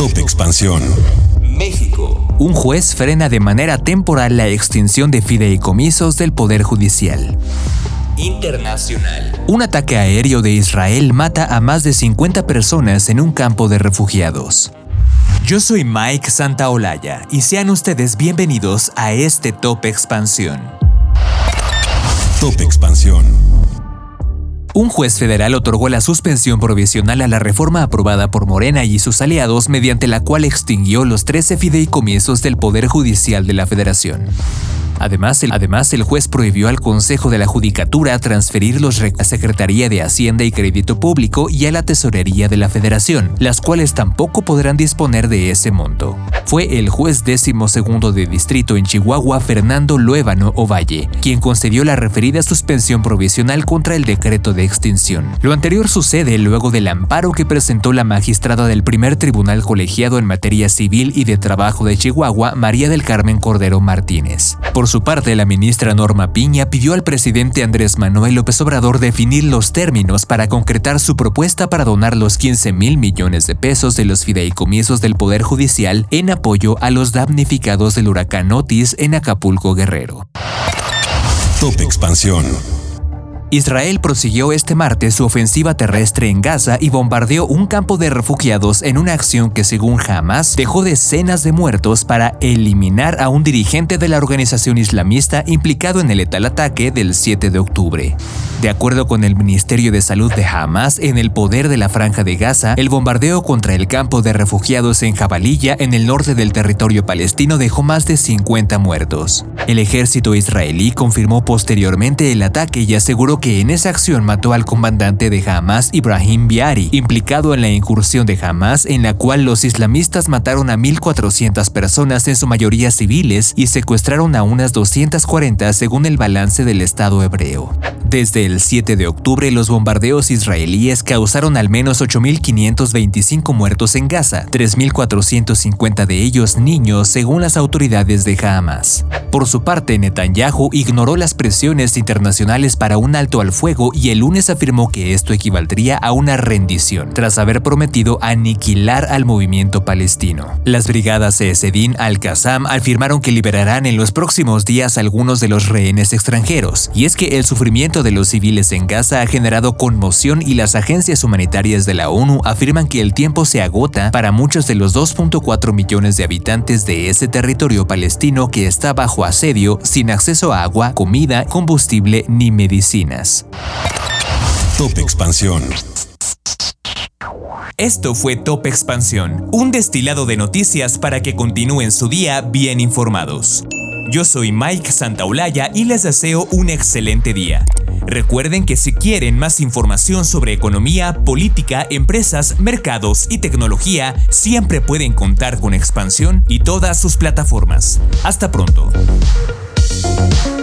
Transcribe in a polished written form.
Top Expansión. México. Un juez frena de manera temporal la extinción de fideicomisos del Poder Judicial. Internacional. Un ataque aéreo de Israel mata a más de 50 personas en un campo de refugiados. Yo soy Mike Santaolalla y sean ustedes bienvenidos a este Top Expansión. Top Expansión. Un juez federal otorgó la suspensión provisional a la reforma aprobada por Morena y sus aliados, mediante la cual extinguió los 13 fideicomisos del Poder Judicial de la Federación. Además, el juez prohibió al Consejo de la Judicatura transferir los recursos a la Secretaría de Hacienda y Crédito Público y a la Tesorería de la Federación, las cuales tampoco podrán disponer de ese monto. Fue el juez 12º de distrito en Chihuahua, Fernando Luévano Ovalle, quien concedió la referida suspensión provisional contra el decreto de extinción. Lo anterior sucede luego del amparo que presentó la magistrada del primer tribunal colegiado en materia civil y de trabajo de Chihuahua, María del Carmen Cordero Martínez. Por su parte, la ministra Norma Piña pidió al presidente Andrés Manuel López Obrador definir los términos para concretar su propuesta para donar los 15,000 millones de pesos de los fideicomisos del Poder Judicial en apoyo a los damnificados del huracán Otis en Acapulco, Guerrero. Top Expansión. Israel prosiguió este martes su ofensiva terrestre en Gaza y bombardeó un campo de refugiados en una acción que, según Hamas, dejó decenas de muertos para eliminar a un dirigente de la organización islamista implicado en el letal ataque del 7 de octubre. De acuerdo con el Ministerio de Salud de Hamas, en el poder de la Franja de Gaza, el bombardeo contra el campo de refugiados en Jabalilla, en el norte del territorio palestino, dejó más de 50 muertos. El ejército israelí confirmó posteriormente el ataque y aseguró que en esa acción mató al comandante de Hamas, Ibrahim Biari, implicado en la incursión de Hamas, en la cual los islamistas mataron a 1,400 personas, en su mayoría civiles, y secuestraron a unas 240 según el balance del Estado hebreo. Desde el 7 de octubre, los bombardeos israelíes causaron al menos 8,525 muertos en Gaza, 3,450 de ellos niños, según las autoridades de Hamas. Por su parte, Netanyahu ignoró las presiones internacionales para un alto al fuego y el lunes afirmó que esto equivaldría a una rendición, tras haber prometido aniquilar al movimiento palestino. Las brigadas Ezedin al-Qassam afirmaron que liberarán en los próximos días algunos de los rehenes extranjeros, y es que el sufrimiento de los civiles en Gaza ha generado conmoción y las agencias humanitarias de la ONU afirman que el tiempo se agota para muchos de los 2,4 millones de habitantes de ese territorio palestino que está bajo asedio, sin acceso a agua, comida, combustible ni medicinas. Top Expansión. Esto fue Top Expansión, un destilado de noticias para que continúen su día bien informados. Yo soy Mike Santaolalla y les deseo un excelente día. Recuerden que si quieren más información sobre economía, política, empresas, mercados y tecnología, siempre pueden contar con Expansión y todas sus plataformas. Hasta pronto.